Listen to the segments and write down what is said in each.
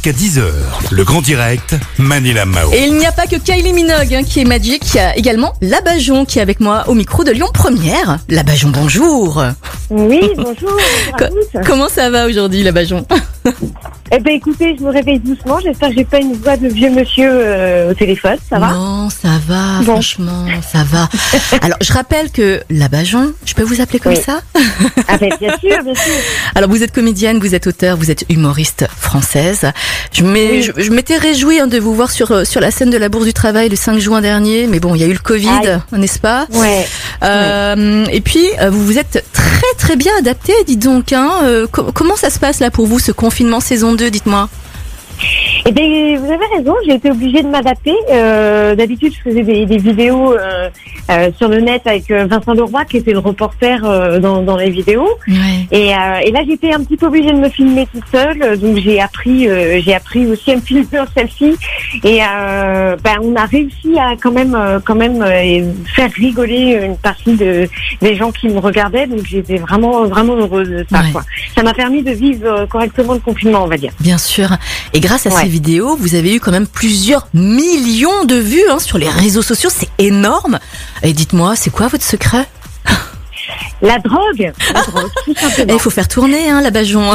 jusqu'à 10h. Le Grand Direct, Manila Mao. Et il n'y a pas que Kylie Minogue qui est magique, il y a également Labajon qui est avec moi au micro de Lyon Première. Labajon, bonjour. Oui, bonjour à tous. Comment ça va aujourd'hui, Labajon? Eh ben écoutez, je me réveille doucement, j'espère que j'ai pas une voix de vieux monsieur au téléphone, ça va? Non, ça va, Bon. franchement, ça va. Alors, je rappelle que Labajon, je peux vous appeler comme Oui. ça? Ah ben bien sûr, bien sûr. Alors, vous êtes comédienne, vous êtes auteure, vous êtes humoriste française. Je m'étais réjouie de vous voir sur la scène de la Bourse du Travail le 5 juin dernier, mais bon, il y a eu le Covid, Aïe. n'est-ce pas? Ouais. Et puis, vous vous êtes très bien adapté, dites donc. Comment ça se passe là pour vous, ce confinement saison 2, dites-moi? Eh bien, vous avez raison, j'ai été obligée de m'adapter. D'habitude, je faisais des vidéos sur le net avec Vincent Leroy, qui était le reporter dans les vidéos. Ouais. Et là, j'étais un petit peu obligée de me filmer toute seule, donc j'ai appris aussi à me filmer en selfie. Et on a réussi à quand même faire rigoler une partie des gens qui me regardaient, donc j'étais vraiment heureuse de ça. Ouais. Quoi. Ça m'a permis de vivre correctement le confinement, on va dire. Bien sûr. Et grâce à ces vidéos, vous avez eu quand même plusieurs millions de vues sur les réseaux sociaux. C'est énorme. Et dites-moi, c'est quoi votre secret? La drogue, tout Il simplement. faut faire tourner, Labajon.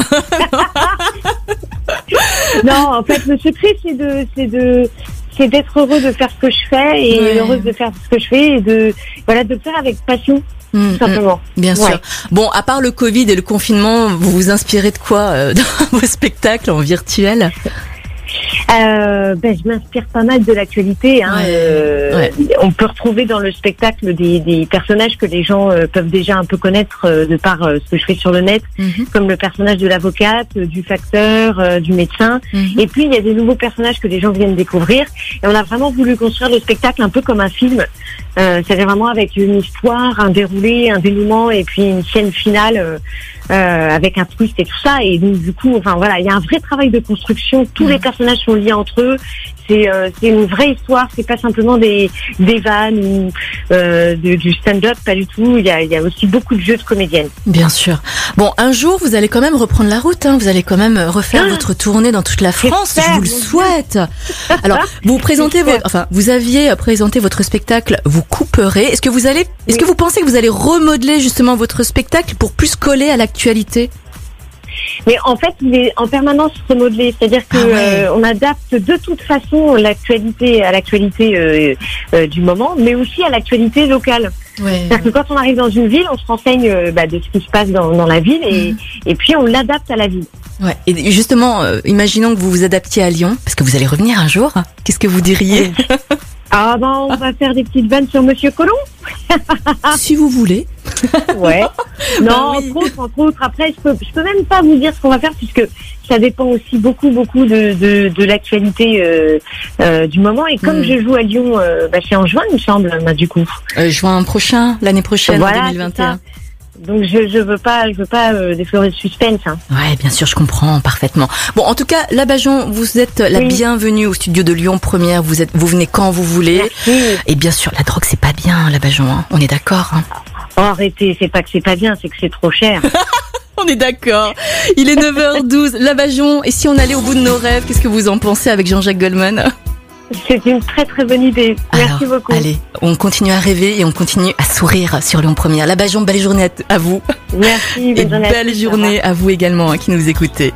Non, en fait, le secret, c'est d'être heureux de faire ce que je fais et Ouais. heureuse de faire ce que je fais et de le faire avec passion, tout simplement. Bien sûr. Ouais. Bon, à part le Covid et le confinement, vous vous inspirez de quoi dans vos spectacles en virtuel? Je m'inspire pas mal de l'actualité. Ouais. On peut retrouver dans le spectacle des personnages que les gens peuvent déjà un peu connaître de par ce que je fais sur le net, comme le personnage de l'avocate, du facteur, du médecin. Et puis il y a des nouveaux personnages que les gens viennent découvrir. Et on a vraiment voulu construire le spectacle un peu comme un film. C'est-à-dire vraiment avec une histoire, un déroulé, un dénouement et puis une scène finale avec un twist et tout ça. Et donc du coup, il y a un vrai travail de construction. Tous les personnages sont liés entre eux. C'est une vraie histoire. C'est pas simplement des vannes ou du stand-up, pas du tout. Il y a aussi beaucoup de jeux de comédienne. Bien sûr. Bon, un jour, vous allez quand même reprendre la route. Vous allez quand même refaire votre tournée dans toute la France. J'espère, Je vous le mon Dieu. souhaite. Alors, vous aviez présenté votre spectacle. Vous couperez. Est-ce que vous pensez que vous allez remodeler justement votre spectacle pour plus coller à l'actualité? Mais en fait, il est en permanence remodelé. C'est-à-dire que on adapte de toute façon l'actualité à l'actualité du moment, mais aussi à l'actualité locale. Ouais. C'est-à-dire que quand on arrive dans une ville, on se renseigne de ce qui se passe dans la ville et puis on l'adapte à la ville. Ouais. Et justement, imaginons que vous vous adaptiez à Lyon, parce que vous allez revenir un jour. Qu'est-ce que vous diriez? On va faire des petites vannes sur Monsieur Colomb. Si vous voulez. Ouais. Non, oui. entre autres. Après, je peux même pas vous dire ce qu'on va faire puisque ça dépend aussi beaucoup de l'actualité du moment. Et comme je joue à Lyon, c'est en juin, il me semble, du coup. Juin prochain, l'année prochaine, Voilà, en 2021. Donc je veux pas déflorer le suspense. Ouais, bien sûr, je comprends parfaitement. Bon, en tout cas, Labajon, vous êtes la bienvenue au studio de Lyon Première. Vous venez quand vous voulez. Merci. Et bien sûr, la drogue, c'est pas bien, Labajon. On est d'accord. Oh, arrêtez, c'est pas que c'est pas bien, c'est que c'est trop cher. On est d'accord. Il est 9h12. Labajon, et si on allait au bout de nos rêves, qu'est-ce que vous en pensez avec Jean-Jacques Goldman? C'est une très très bonne idée. Merci Alors, beaucoup. Allez, on continue à rêver et on continue à sourire sur Lyon Première. Labajon, belle journée à vous. Merci, Et bonne journée à belle tous. journée à vous également qui nous écoutez.